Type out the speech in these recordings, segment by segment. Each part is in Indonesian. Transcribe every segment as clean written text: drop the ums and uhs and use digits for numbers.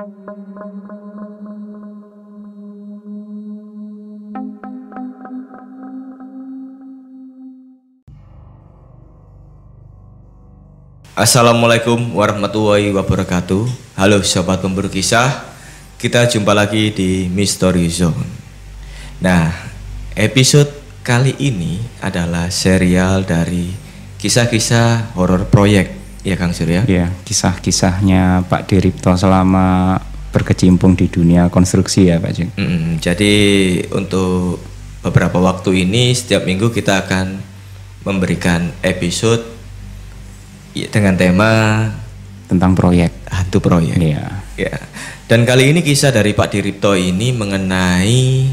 Assalamualaikum warahmatullahi wabarakatuh. Halo sobat pemburu kisah, kita jumpa lagi di Mystery Zone. Nah, episode kali ini adalah serial dari kisah-kisah horor proyek, ya Kang Surya? Ya, kisah-kisahnya Pak Diripto selama berkecimpung di dunia konstruksi ya Pak Jeng. Jadi untuk beberapa waktu ini setiap minggu kita akan memberikan episode dengan tema tentang proyek, hantu proyek. Iya. Ya. Dan kali ini kisah dari Pak Diripto ini mengenai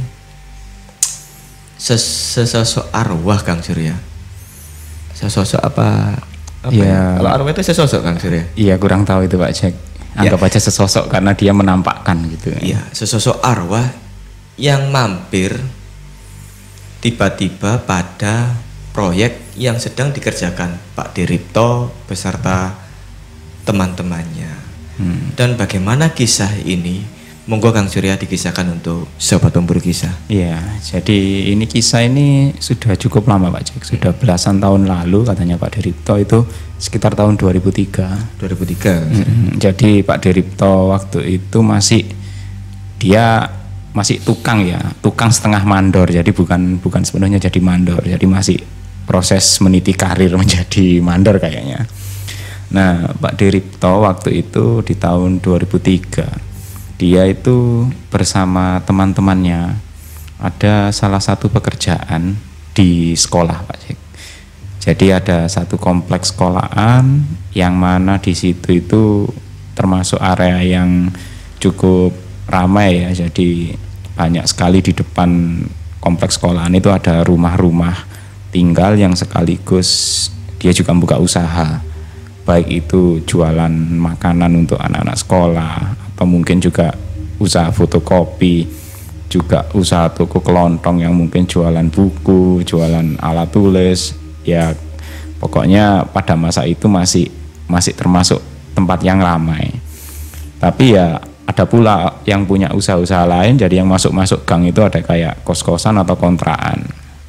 sesosok arwah Kang Surya. Sesosok apa ya? Kalau arwah itu sesosok Kang Surya? Iya, kurang tahu itu Pak Jack. Anggap aja sesosok karena dia menampakkan gitu. Iya, sesosok arwah yang mampir tiba-tiba pada proyek yang sedang dikerjakan Pak Diripto beserta teman-temannya. Dan bagaimana kisah ini? Monggo Kang Surya dikisahkan untuk sobat pemburu kisah. Iya, jadi kisah ini sudah cukup lama Pak Jack. Sudah belasan tahun lalu katanya Pak Diripto, itu sekitar tahun 2003. 2003. Jadi Pak Diripto waktu itu masih tukang ya, tukang setengah mandor. Jadi bukan sepenuhnya jadi mandor. Jadi masih proses meniti karir menjadi mandor kayaknya. Nah, Pak Diripto waktu itu di tahun 2003 dia itu bersama teman-temannya ada salah satu pekerjaan di sekolah Pak Cik. Jadi ada satu kompleks sekolahan yang mana di situ itu termasuk area yang cukup ramai ya. Jadi banyak sekali di depan kompleks sekolahan itu ada rumah-rumah tinggal yang sekaligus dia juga buka usaha, baik itu jualan makanan untuk anak-anak sekolah atau mungkin juga usaha fotokopi, juga usaha toko kelontong yang mungkin jualan buku, jualan alat tulis. Ya pokoknya pada masa itu masih termasuk tempat yang ramai. Tapi ya ada pula yang punya usaha-usaha lain, jadi yang masuk-masuk gang itu ada kayak kos-kosan atau kontrakan.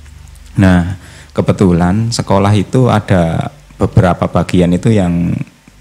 Nah, kebetulan sekolah itu ada beberapa bagian itu yang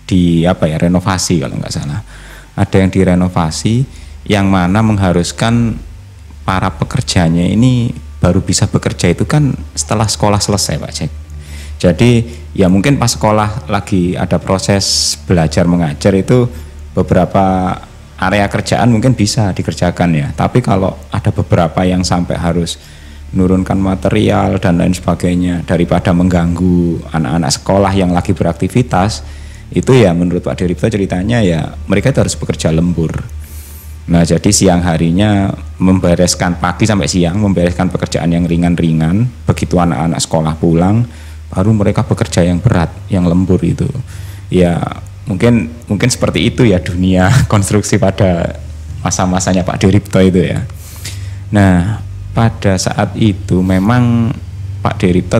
renovasi kalau nggak salah. Ada yang direnovasi yang mana mengharuskan para pekerjanya ini baru bisa bekerja itu kan setelah sekolah selesai Pak Cek. Jadi ya mungkin pas sekolah lagi ada proses belajar mengajar itu beberapa area kerjaan mungkin bisa dikerjakan ya. Tapi kalau ada beberapa yang sampai harus menurunkan material dan lain sebagainya, daripada mengganggu anak-anak sekolah yang lagi beraktivitas, itu ya menurut Pak Diripto ceritanya ya mereka itu harus bekerja lembur. Nah, jadi siang harinya membereskan, pagi sampai siang membereskan pekerjaan yang ringan-ringan, begitu anak-anak sekolah pulang baru mereka bekerja yang berat, yang lembur itu. Ya mungkin seperti itu ya dunia konstruksi pada masa-masanya Pak Diripto itu ya. Nah, pada saat itu memang Pak Diripto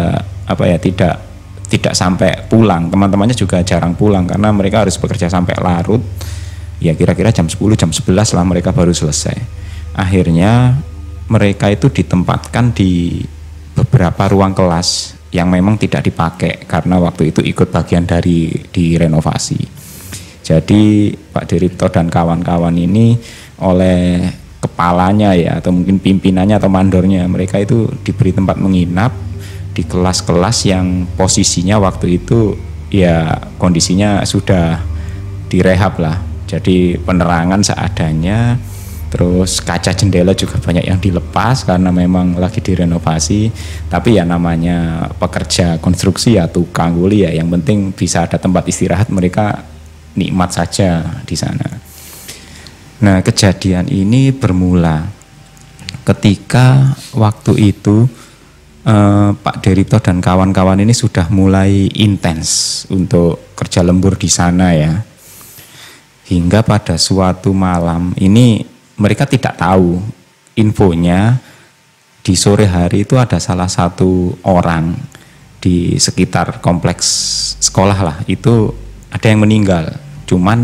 tidak sampai pulang. Teman-temannya juga jarang pulang karena mereka harus bekerja sampai larut. Ya kira-kira jam 10, jam 11 lah mereka baru selesai. Akhirnya mereka itu ditempatkan di beberapa ruang kelas yang memang tidak dipakai karena waktu itu ikut bagian dari direnovasi. Jadi Pak Diripto dan kawan-kawan ini oleh kepalanya ya atau mungkin pimpinannya atau mandornya, mereka itu diberi tempat menginap di kelas-kelas yang posisinya waktu itu ya kondisinya sudah direhab lah. Jadi penerangan seadanya, terus kaca jendela juga banyak yang dilepas karena memang lagi direnovasi. Tapi ya namanya pekerja konstruksi ya tukang kuli ya, yang penting bisa ada tempat istirahat, mereka nikmat saja di sana. Nah, kejadian ini bermula ketika waktu itu Pak Diripto dan kawan-kawan ini sudah mulai intens untuk kerja lembur di sana ya. Hingga pada suatu malam ini mereka tidak tahu infonya di sore hari itu ada salah satu orang di sekitar kompleks sekolah lah, itu ada yang meninggal. Cuman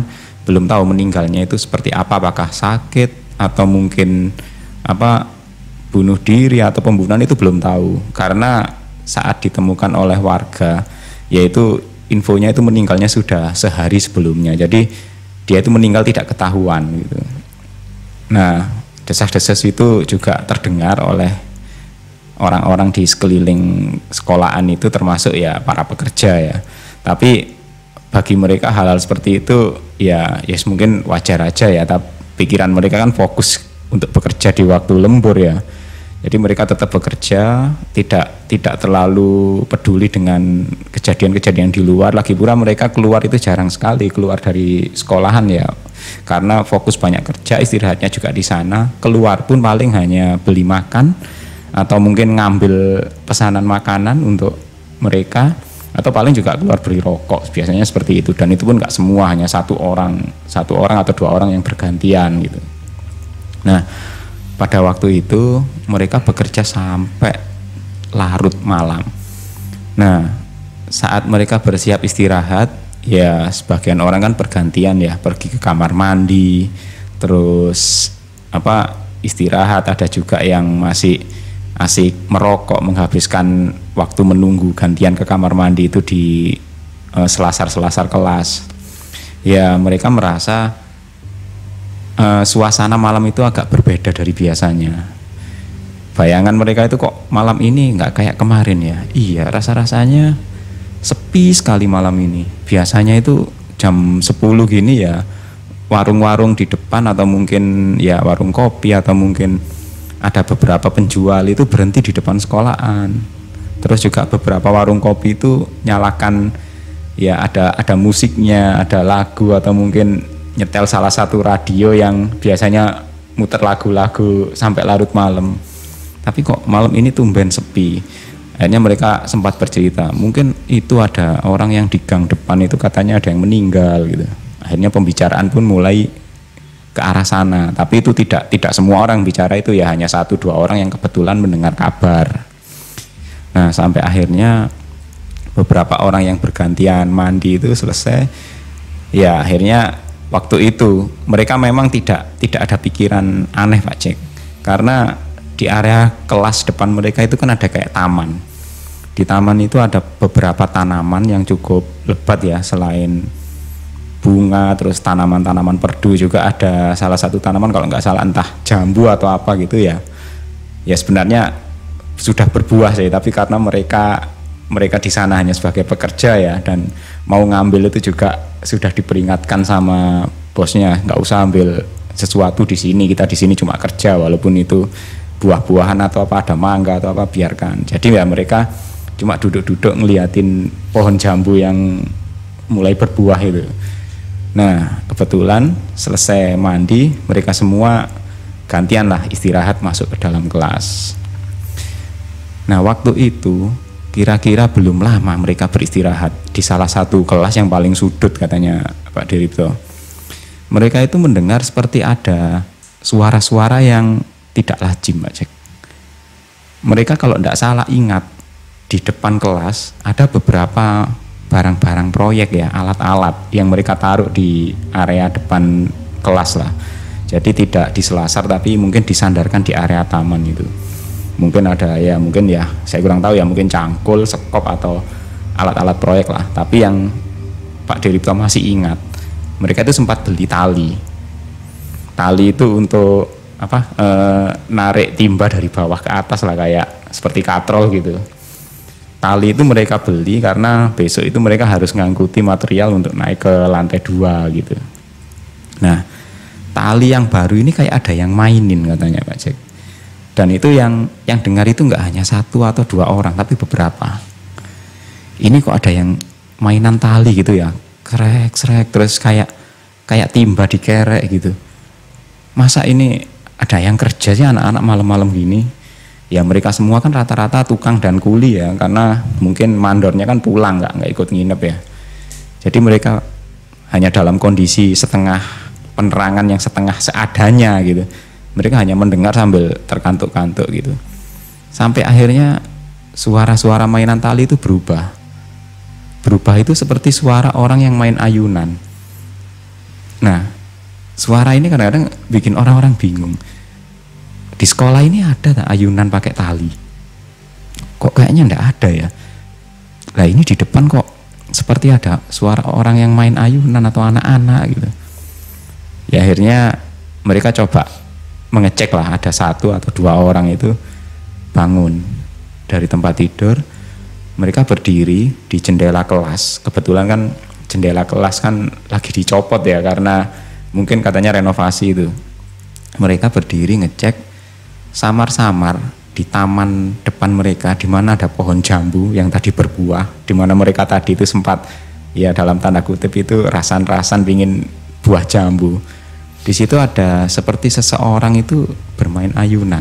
belum tahu meninggalnya itu seperti apa, apakah sakit atau mungkin apa bunuh diri atau pembunuhan, itu belum tahu. Karena saat ditemukan oleh warga, yaitu infonya itu meninggalnya sudah sehari sebelumnya. Jadi dia itu meninggal tidak ketahuan gitu. Nah, desas-desus itu juga terdengar oleh orang-orang di sekeliling sekolahan itu, termasuk ya para pekerja ya. Tapi bagi mereka hal-hal seperti itu ya mungkin wajar aja ya, tapi pikiran mereka kan fokus untuk bekerja di waktu lembur ya. Jadi mereka tetap bekerja, tidak terlalu peduli dengan kejadian-kejadian di luar. Lagi pula mereka keluar itu jarang sekali keluar dari sekolahan ya, karena fokus banyak kerja, istirahatnya juga di sana. Keluar pun paling hanya beli makan atau mungkin ngambil pesanan makanan untuk mereka, atau paling juga keluar beli rokok, biasanya seperti itu. Dan itu pun nggak semua, hanya satu orang atau 2 orang yang bergantian gitu. Nah, pada waktu itu mereka bekerja sampai larut malam. Nah, saat mereka bersiap istirahat, ya sebagian orang kan bergantian ya, pergi ke kamar mandi, terus istirahat. Ada juga yang masih asik merokok, menghabiskan waktu menunggu gantian ke kamar mandi itu di selasar-selasar kelas. Ya mereka merasa suasana malam itu agak berbeda dari biasanya. Bayangan mereka itu kok malam ini nggak kayak kemarin ya. Iya, rasa-rasanya sepi sekali malam ini. Biasanya itu jam 10 gini ya, warung-warung di depan atau mungkin ya warung kopi atau mungkin ada beberapa penjual itu berhenti di depan sekolahan. Terus juga beberapa warung kopi itu nyalakan ya ada musiknya, ada lagu atau mungkin nyetel salah satu radio yang biasanya muter lagu-lagu sampai larut malam. Tapi kok malam ini tumben sepi. Akhirnya mereka sempat bercerita, mungkin itu ada orang yang di gang depan itu katanya ada yang meninggal gitu. Akhirnya pembicaraan pun mulai ke arah sana. Tapi itu tidak semua orang bicara itu ya, hanya 1-2 orang yang kebetulan mendengar kabar. Nah, sampai akhirnya beberapa orang yang bergantian mandi itu selesai. Ya akhirnya waktu itu mereka memang tidak ada pikiran aneh Pak Jack, karena di area kelas depan mereka itu kan ada kayak taman. Di taman itu ada beberapa tanaman yang cukup lebat ya, selain bunga, terus tanaman-tanaman perdu juga ada salah satu tanaman kalau nggak salah entah jambu atau apa gitu ya. Ya sebenarnya sudah berbuah sih, tapi karena mereka di sana hanya sebagai pekerja ya, dan mau ngambil itu juga sudah diperingatkan sama bosnya, nggak usah ambil sesuatu di sini, kita di sini cuma kerja, walaupun itu buah-buahan atau apa, ada mangga atau apa, biarkan. Jadi ya mereka cuma duduk-duduk ngeliatin pohon jambu yang mulai berbuah itu. Nah kebetulan selesai mandi, mereka semua gantian lah istirahat masuk ke dalam kelas. Nah waktu itu kira-kira belum lama mereka beristirahat di salah satu kelas yang paling sudut katanya Pak Diripto. Mereka itu mendengar seperti ada suara-suara yang tidak lazim Pak Jack. Mereka kalau tidak salah ingat, di depan kelas ada beberapa barang-barang proyek ya, alat-alat yang mereka taruh di area depan kelas lah. Jadi tidak di selasar tapi mungkin disandarkan di area taman itu. Mungkin ada ya, mungkin ya saya kurang tahu ya, mungkin cangkul, sekop atau alat-alat proyek lah. Tapi yang Pak Diripto masih ingat, mereka itu sempat beli tali. Tali itu untuk narik timba dari bawah ke atas lah, kayak seperti katrol gitu. Tali itu mereka beli karena besok itu mereka harus ngangkuti material untuk naik ke lantai 2 gitu. Nah tali yang baru ini kayak ada yang mainin katanya Pak Jack. Dan itu yang dengar itu nggak hanya 1 atau 2 orang, tapi beberapa. Ini kok ada yang mainan tali gitu ya, krek-krek, terus kayak timba dikerek gitu. Masa ini ada yang kerja sih anak-anak malam-malam gini? Ya mereka semua kan rata-rata tukang dan kuli ya, karena mungkin mandornya kan pulang, nggak ikut nginep ya. Jadi mereka hanya dalam kondisi setengah penerangan yang setengah seadanya gitu. Mereka hanya mendengar sambil terkantuk-kantuk gitu. Sampai akhirnya suara-suara mainan tali itu berubah. Berubah itu seperti suara orang yang main ayunan. Nah, suara ini kadang-kadang bikin orang-orang bingung. Di sekolah ini ada tak ayunan pakai tali? Kok kayaknya enggak ada ya? Lah ini di depan kok seperti ada suara orang yang main ayunan atau anak-anak gitu. Ya akhirnya mereka coba mengecek lah, ada 1 atau 2 orang itu bangun dari tempat tidur. Mereka berdiri di jendela kelas. Kebetulan kan jendela kelas kan lagi dicopot ya, karena mungkin katanya renovasi itu. Mereka berdiri ngecek samar-samar di taman depan mereka, di mana ada pohon jambu yang tadi berbuah, di mana mereka tadi itu sempat ya dalam tanda kutip itu rasan-rasan pingin buah jambu. Di situ ada seperti seseorang itu bermain ayunan.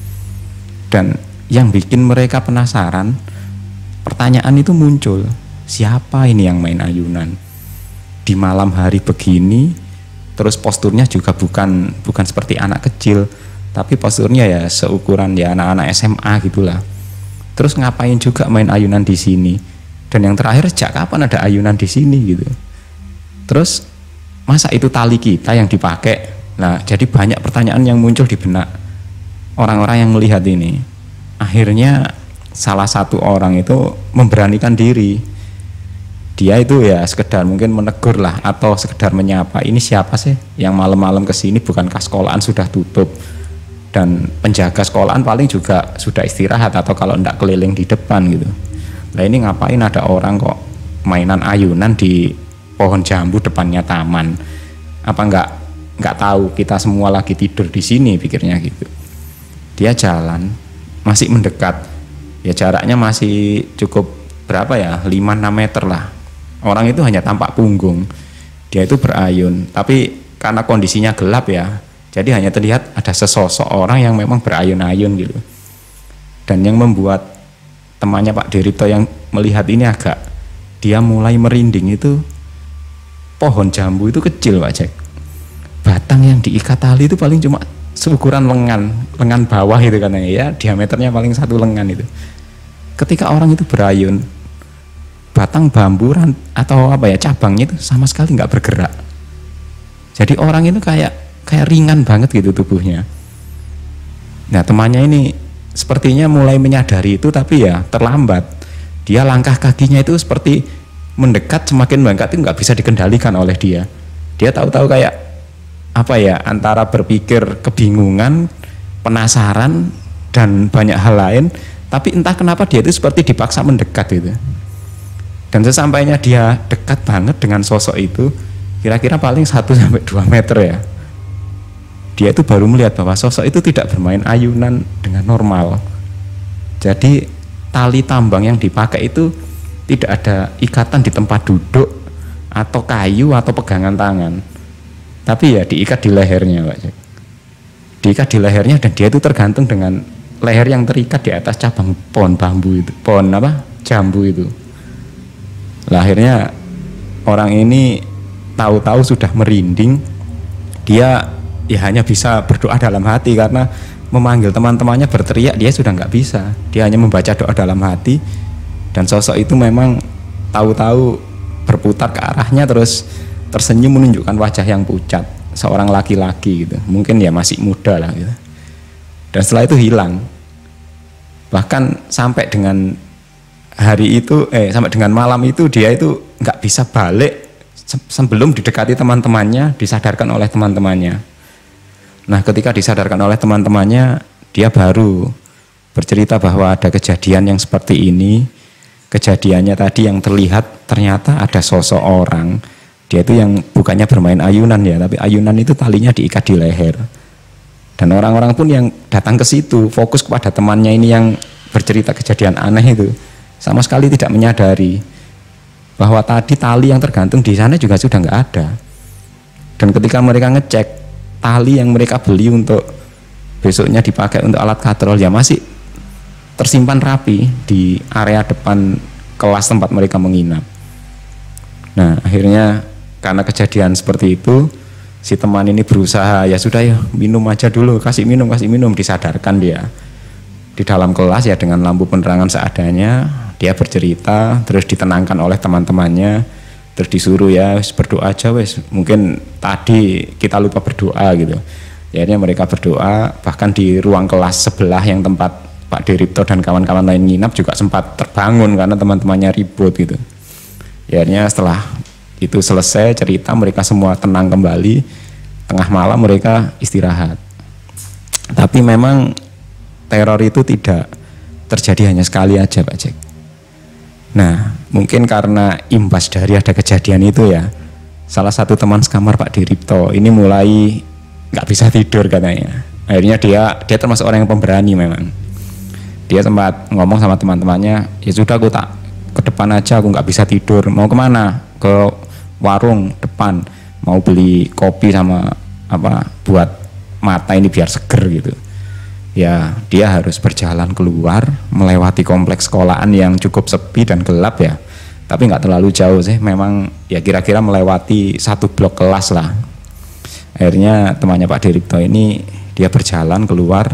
Dan yang bikin mereka penasaran, pertanyaan itu muncul, siapa ini yang main ayunan? Di malam hari begini, terus posturnya juga bukan seperti anak kecil, tapi posturnya ya seukuran ya anak-anak SMA gitulah. Terus ngapain juga main ayunan di sini? Dan yang terakhir, sejak kapan ada ayunan di sini gitu? Terus masa itu tali kita yang dipakai? Nah, jadi banyak pertanyaan yang muncul di benak orang-orang yang melihat ini. Akhirnya salah satu orang itu memberanikan diri. Dia itu ya sekedar mungkin menegur lah, atau sekedar menyapa, ini siapa sih yang malam-malam kesini? Bukankah sekolahan sudah tutup? Dan penjaga sekolahan paling juga sudah istirahat, atau kalau enggak keliling di depan gitu. Nah ini ngapain ada orang kok mainan ayunan di pohon jambu depannya taman? Apa enggak tahu kita semua lagi tidur di sini, pikirnya gitu. Dia jalan, masih mendekat, ya jaraknya masih cukup berapa ya, 5-6 meter lah. Orang itu hanya tampak punggung, dia itu berayun, tapi karena kondisinya gelap ya, jadi hanya terlihat ada sesosok orang yang memang berayun-ayun gitu. Dan yang membuat temannya Pak Deripto yang melihat ini dia mulai merinding itu, pohon jambu itu kecil Pak Jack. Batang yang diikat tali itu paling cuma seukuran lengan bawah itu katanya ya, diameternya paling 1 lengan itu. Ketika orang itu berayun, batang bambu atau apa ya, cabangnya itu sama sekali nggak bergerak. Jadi orang itu kayak ringan banget gitu tubuhnya. Nah temannya ini sepertinya mulai menyadari itu, tapi ya terlambat. Dia langkah kakinya itu seperti mendekat, semakin mendekat itu nggak bisa dikendalikan oleh dia. Dia tahu-tahu kayak apa ya, antara berpikir kebingungan, penasaran dan banyak hal lain, tapi entah kenapa dia itu seperti dipaksa mendekat itu. Dan sesampainya dia dekat banget dengan sosok itu, kira-kira paling 1-2 meter ya, dia itu baru melihat bahwa sosok itu tidak bermain ayunan dengan normal. Jadi tali tambang yang dipakai itu tidak ada ikatan di tempat duduk atau kayu atau pegangan tangan, tapi ya diikat di lehernya Pak. Diikat di lehernya, dan dia itu tergantung dengan leher yang terikat di atas cabang pohon bambu itu, pohon jambu itu. Lah akhirnya orang ini tahu-tahu sudah merinding, dia ya hanya bisa berdoa dalam hati, karena memanggil teman-temannya berteriak dia sudah nggak bisa. Dia hanya membaca doa dalam hati, dan sosok itu memang tahu-tahu berputar ke arahnya, terus tersenyum menunjukkan wajah yang pucat, seorang laki-laki gitu, mungkin ya masih muda lah gitu. Dan setelah itu hilang. Bahkan sampai dengan hari itu, sampai dengan malam itu dia itu nggak bisa balik sebelum didekati teman-temannya, disadarkan oleh teman-temannya. Nah ketika disadarkan oleh teman-temannya, dia baru bercerita bahwa ada kejadian yang seperti ini. Kejadiannya tadi yang terlihat ternyata ada sosok orang, dia itu yang bukannya bermain ayunan ya, tapi ayunan itu talinya diikat di leher. Dan orang-orang pun yang datang ke situ fokus kepada temannya ini yang bercerita kejadian aneh itu, sama sekali tidak menyadari bahwa tadi tali yang tergantung di sana juga sudah nggak ada. Dan ketika mereka ngecek, tali yang mereka beli untuk besoknya dipakai untuk alat katrol ya masih tersimpan rapi di area depan kelas tempat mereka menginap. Nah akhirnya karena kejadian seperti itu, si teman ini berusaha, ya sudah ya minum aja dulu, kasih minum, disadarkan dia di dalam kelas ya dengan lampu penerangan seadanya. Dia bercerita, terus ditenangkan oleh teman-temannya, terus disuruh ya berdoa aja wes, mungkin tadi kita lupa berdoa gitu. Akhirnya mereka berdoa, bahkan di ruang kelas sebelah yang tempat Pak Diripto dan kawan-kawan lain nginap juga sempat terbangun karena teman-temannya ribut gitu. Akhirnya setelah itu selesai cerita, mereka semua tenang kembali, tengah malam mereka istirahat. Tapi memang teror itu tidak terjadi hanya sekali aja Pak Jack. Nah, mungkin karena imbas dari ada kejadian itu ya, salah satu teman sekamar Pak Diripto ini mulai nggak bisa tidur katanya. Akhirnya dia termasuk orang yang pemberani memang. Dia sempat ngomong sama teman-temannya, ya sudah aku tak ke depan aja, aku nggak bisa tidur. Mau kemana? Ke warung depan, mau beli kopi sama apa buat mata ini biar seger gitu. Ya dia harus berjalan keluar melewati kompleks sekolahan yang cukup sepi dan gelap ya, tapi nggak terlalu jauh sih, memang ya kira-kira melewati satu blok kelas lah. Akhirnya temannya Pak Diripto ini dia berjalan keluar,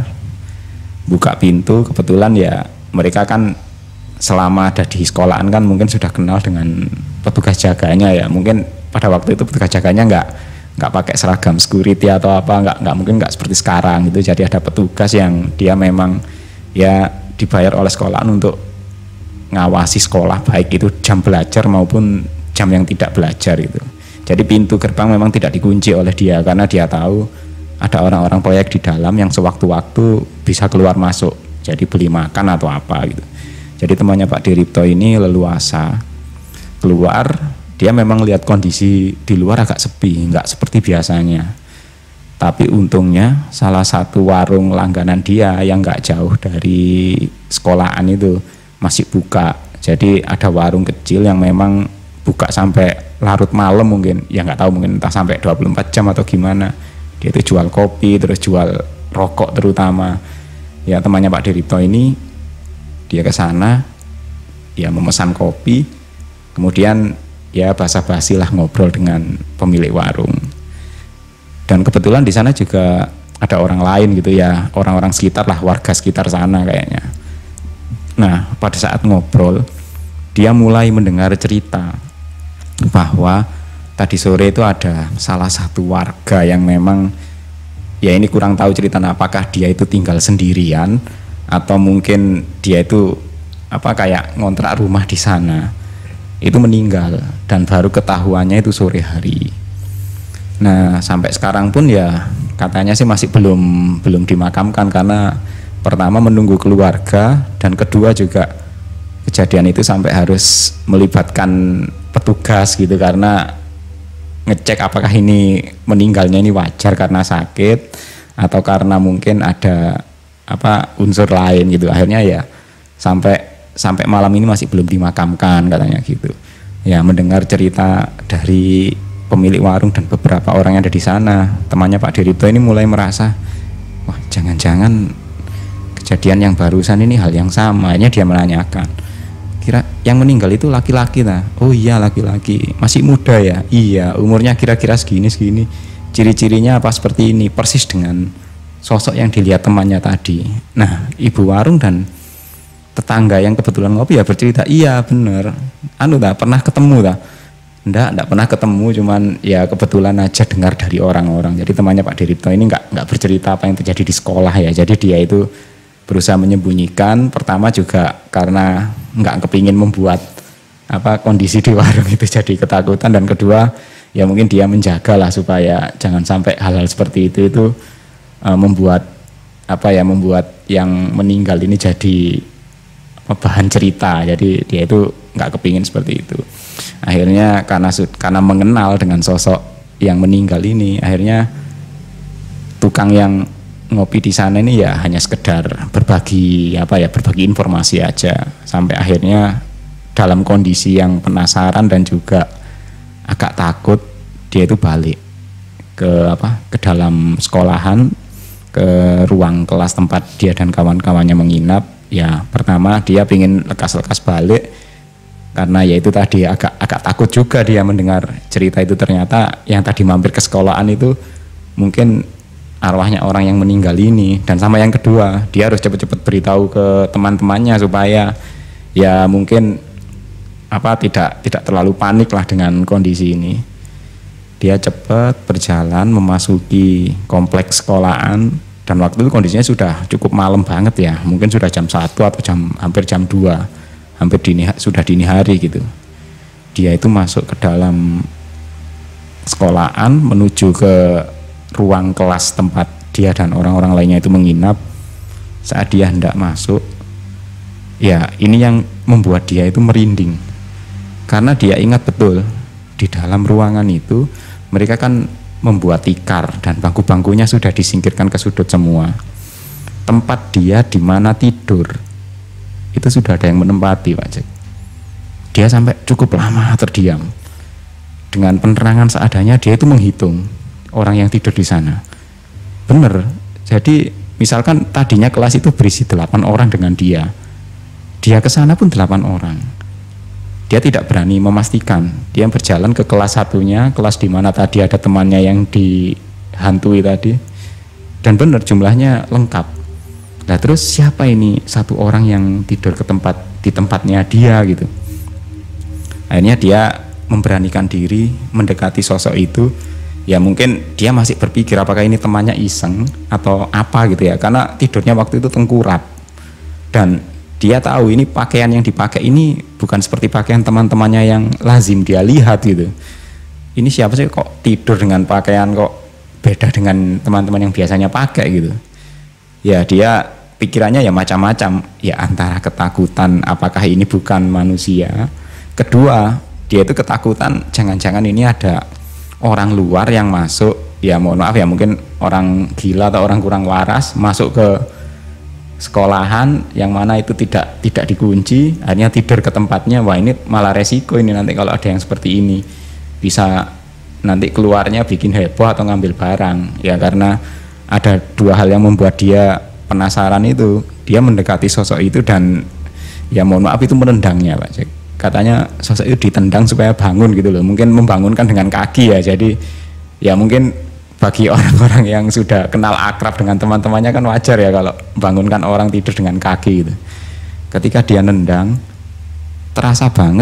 buka pintu, kebetulan ya mereka kan selama ada di sekolahan kan mungkin sudah kenal dengan petugas jaganya ya, mungkin pada waktu itu petugas jaganya nggak pakai seragam security atau apa, nggak mungkin nggak seperti sekarang gitu. Jadi ada petugas yang dia memang ya dibayar oleh sekolahan untuk ngawasi sekolah, baik itu jam belajar maupun jam yang tidak belajar gitu. Jadi pintu gerbang memang tidak dikunci oleh dia karena dia tahu ada orang-orang proyek di dalam yang sewaktu-waktu bisa keluar masuk, jadi beli makan atau apa gitu. Jadi temannya Pak Diripto ini leluasa keluar. Dia memang lihat kondisi di luar agak sepi, nggak seperti biasanya. Tapi untungnya salah satu warung langganan dia yang nggak jauh dari sekolahan itu masih buka. Jadi ada warung kecil yang memang buka sampai larut malam mungkin, ya nggak tahu, mungkin entah sampai 24 jam atau gimana. Dia itu jual kopi, terus jual rokok terutama. Ya temannya Pak Diripto ini, dia ke sana, ya memesan kopi, kemudian ya basa-basi lah ngobrol dengan pemilik warung. Dan kebetulan di sana juga ada orang lain gitu ya, orang-orang sekitar lah, warga sekitar sana kayaknya. Nah, pada saat ngobrol, dia mulai mendengar cerita bahwa tadi sore itu ada salah satu warga yang memang, ya ini kurang tahu ceritanya, apakah dia itu tinggal sendirian atau mungkin dia itu apa kayak ngontrak rumah di sana, itu meninggal dan baru ketahuannya itu sore hari. Nah sampai sekarang pun ya katanya sih masih belum dimakamkan karena pertama menunggu keluarga dan kedua juga kejadian itu sampai harus melibatkan petugas gitu karena ngecek apakah ini meninggalnya ini wajar karena sakit atau karena mungkin ada apa unsur lain gitu. Akhirnya ya sampai malam ini masih belum dimakamkan katanya gitu. Ya mendengar cerita dari pemilik warung dan beberapa orang yang ada di sana, temannya Pak Diripto ini mulai merasa, wah jangan-jangan kejadian yang barusan ini hal yang sama. Akhirnya dia menanyakan, kira yang meninggal itu laki-laki nah? Oh iya laki-laki, masih muda ya? Iya, umurnya kira-kira segini, ciri-cirinya apa seperti ini, persis dengan sosok yang dilihat temannya tadi. Nah ibu warung dan tetangga yang kebetulan ngopi ya bercerita, iya bener, pernah ketemu enggak pernah ketemu, cuman ya kebetulan aja dengar dari orang-orang. Jadi temannya Pak Diripto ini enggak bercerita apa yang terjadi di sekolah ya, jadi dia itu berusaha menyembunyikan, pertama juga karena enggak kepingin membuat apa kondisi di warung itu jadi ketakutan, dan kedua ya mungkin dia menjaga lah supaya jangan sampai hal-hal seperti itu membuat yang meninggal ini jadi bahan cerita. Jadi dia itu nggak kepingin seperti itu. Akhirnya karena mengenal dengan sosok yang meninggal ini, akhirnya tukang yang ngopi di sana ini ya hanya sekedar berbagi informasi aja, sampai akhirnya dalam kondisi yang penasaran dan juga agak takut, dia itu balik ke dalam sekolahan, ke ruang kelas tempat dia dan kawan-kawannya menginap. Ya pertama dia pingin lekas-lekas balik karena ya itu tadi agak takut juga dia mendengar cerita itu, ternyata yang tadi mampir ke sekolahan itu mungkin arwahnya orang yang meninggal ini. Dan sama yang kedua, dia harus cepat-cepat beritahu ke teman-temannya supaya ya mungkin tidak terlalu panik lah dengan kondisi ini. Dia cepat berjalan memasuki kompleks sekolahan, dan waktu itu kondisinya sudah cukup malam banget ya, mungkin sudah jam 1 atau hampir jam 2, sudah dini hari gitu. Dia itu masuk ke dalam sekolahan menuju ke ruang kelas tempat dia dan orang-orang lainnya itu menginap. Saat dia hendak masuk, ya ini yang membuat dia itu merinding, karena dia ingat betul di dalam ruangan itu mereka kan membuat tikar dan bangku-bangkunya sudah disingkirkan ke sudut semua. Tempat dia di mana tidur itu sudah ada yang menempati, Pak Cek. Dia sampai cukup lama terdiam. Dengan penerangan seadanya dia itu menghitung orang yang tidur di sana. Bener. Jadi misalkan tadinya kelas itu berisi 8 orang dengan dia. Dia ke sana pun 8 orang. Dia tidak berani memastikan. Dia berjalan ke kelas satunya, kelas di mana tadi ada temannya yang dihantui tadi. Dan benar jumlahnya lengkap. Nah terus siapa ini satu orang yang tidur di tempatnya dia gitu. Akhirnya dia memberanikan diri mendekati sosok itu. Ya mungkin dia masih berpikir apakah ini temannya iseng atau apa gitu ya. Karena tidurnya waktu itu tengkurap. Dan dia tahu ini pakaian yang dipakai ini bukan seperti pakaian teman-temannya yang lazim dia lihat gitu. Ini siapa sih kok tidur dengan pakaian kok beda dengan teman-teman yang biasanya pakai gitu. Ya dia pikirannya ya macam-macam. Ya antara ketakutan apakah ini bukan manusia. Kedua, dia itu ketakutan jangan-jangan ini ada orang luar yang masuk. Ya mohon maaf ya mungkin orang gila atau orang kurang waras masuk ke sekolahan yang mana itu tidak dikunci, akhirnya tidur ke tempatnya. Wah ini malah resiko ini nanti kalau ada yang seperti ini, bisa nanti keluarnya bikin heboh atau ngambil barang ya. Karena ada dua hal yang membuat dia penasaran itu. Dia mendekati sosok itu dan ya mohon maaf itu menendangnya, Pak Cek. Katanya sosok itu ditendang supaya bangun gitu loh, mungkin membangunkan dengan kaki ya. Jadi ya mungkin bagi orang-orang yang sudah kenal akrab dengan teman-temannya kan wajar ya kalau bangunkan orang tidur dengan kaki gitu. Ketika dia nendang, terasa banget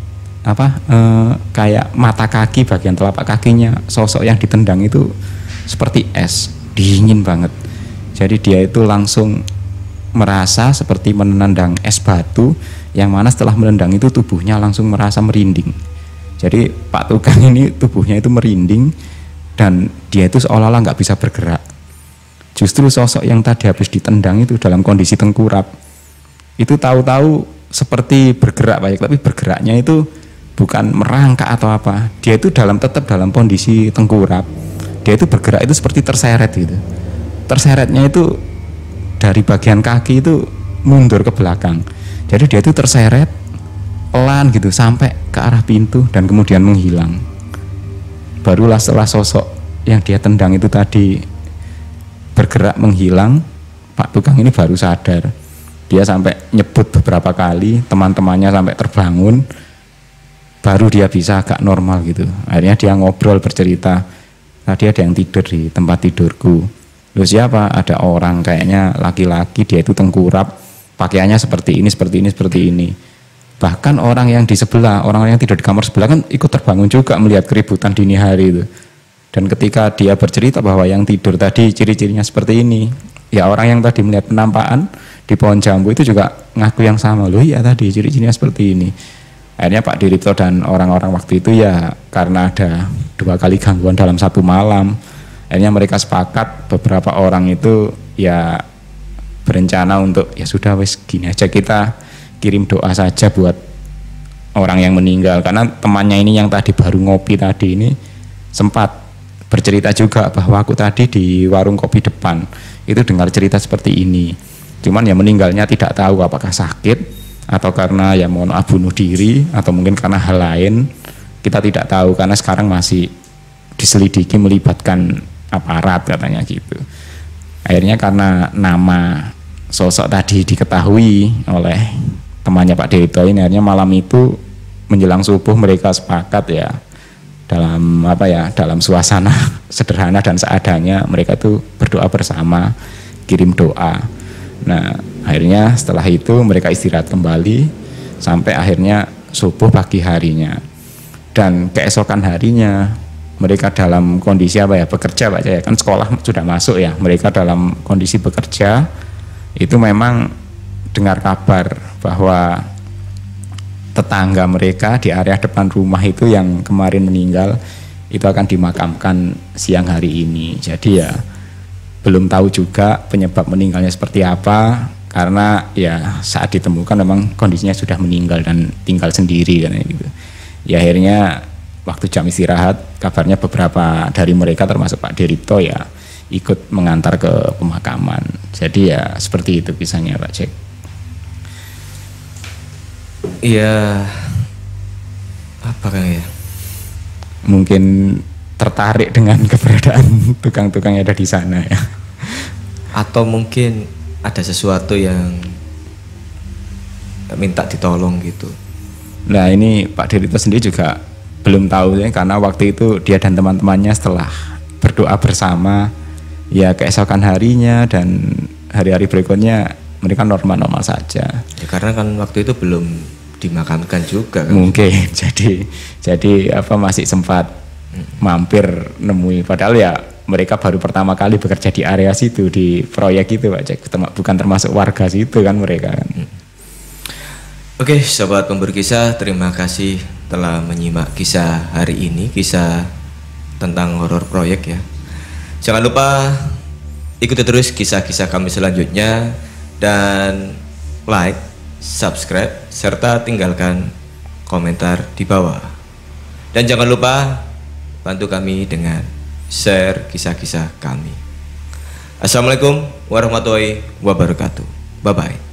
kayak mata kaki bagian telapak kakinya sosok yang ditendang itu seperti es, dingin banget. Jadi dia itu langsung merasa seperti menendang es batu, yang mana setelah menendang itu tubuhnya langsung merasa merinding. Jadi Pak Tukang ini tubuhnya itu merinding dan dia itu seolah-olah nggak bisa bergerak. Justru sosok yang tadi habis ditendang itu dalam kondisi tengkurap itu tahu-tahu seperti bergerak baik, tapi bergeraknya itu bukan merangkak atau apa. Dia itu tetap dalam kondisi tengkurap. Dia itu bergerak itu seperti terseret gitu. Terseretnya itu dari bagian kaki itu mundur ke belakang. Jadi dia itu terseret pelan gitu sampai ke arah pintu dan kemudian menghilang. Barulah setelah sosok yang dia tendang itu tadi bergerak menghilang, Pak Tukang ini baru sadar. Dia sampai nyebut beberapa kali, teman-temannya sampai terbangun, baru dia bisa agak normal gitu. Akhirnya dia ngobrol bercerita, tadi ada yang tidur di tempat tidurku. Loh siapa? Ada orang kayaknya laki-laki, dia itu tengkurap, pakaiannya seperti ini, seperti ini, seperti ini. Bahkan orang yang di sebelah, orang yang tidur di kamar sebelah kan ikut terbangun juga melihat keributan dini hari itu. Dan ketika dia bercerita bahwa yang tidur tadi ciri-cirinya seperti ini, ya orang yang tadi melihat penampakan di pohon jambu itu juga ngaku yang sama. Loh iya tadi ciri-cirinya seperti ini. Akhirnya Pak Diripto dan orang-orang waktu itu ya karena ada 2 kali gangguan dalam 1 malam, akhirnya mereka sepakat beberapa orang itu ya berencana untuk ya sudah wes gini aja, kita kirim doa saja buat orang yang meninggal. Karena temannya ini yang tadi baru ngopi tadi ini sempat bercerita juga bahwa aku tadi di warung kopi depan itu dengar cerita seperti ini. Cuman ya meninggalnya tidak tahu apakah sakit atau karena ya mohon maaf bunuh diri atau mungkin karena hal lain. Kita tidak tahu karena sekarang masih diselidiki melibatkan aparat katanya gitu. Akhirnya karena nama sosok tadi diketahui oleh temannya Pak Diripto ini, akhirnya malam itu menjelang subuh mereka sepakat ya dalam suasana sederhana dan seadanya mereka tuh berdoa bersama, kirim doa. Nah akhirnya setelah itu mereka istirahat kembali sampai akhirnya subuh pagi harinya. Dan keesokan harinya mereka dalam kondisi apa ya, bekerja Pak Jaya, kan sekolah sudah masuk ya, mereka dalam kondisi bekerja itu memang dengar kabar bahwa tetangga mereka di area depan rumah itu yang kemarin meninggal itu akan dimakamkan siang hari ini. Jadi ya belum tahu juga penyebab meninggalnya seperti apa, karena ya saat ditemukan memang kondisinya sudah meninggal dan tinggal sendiri kan gitu. Ya akhirnya waktu jam istirahat kabarnya beberapa dari mereka termasuk Pak Deripto ya ikut mengantar ke pemakaman. Jadi ya seperti itu kisahnya Pak Jack. Iya, apa Kang ya? Mungkin tertarik dengan keberadaan tukang-tukang yang ada di sana ya. Atau mungkin ada sesuatu yang minta ditolong gitu. Nah ini Pak Deripto sendiri juga belum tahu ya, karena waktu itu dia dan teman-temannya setelah berdoa bersama ya keesokan harinya dan hari-hari berikutnya mereka normal-normal saja. Ya, karena kan waktu itu belum dimakamkan juga kan? Mungkin jadi apa masih sempat mampir nemui, padahal ya mereka baru pertama kali bekerja di area situ, di proyek itu Pak Jack, bukan termasuk warga situ kan mereka kan. Oke, sobat pemburu kisah, terima kasih telah menyimak kisah hari ini, kisah tentang horor proyek ya. Jangan lupa ikuti terus kisah-kisah kami selanjutnya dan like, subscribe, serta tinggalkan komentar di bawah. Dan jangan lupa bantu kami dengan share kisah-kisah kami. Assalamualaikum warahmatullahi wabarakatuh. Bye-bye.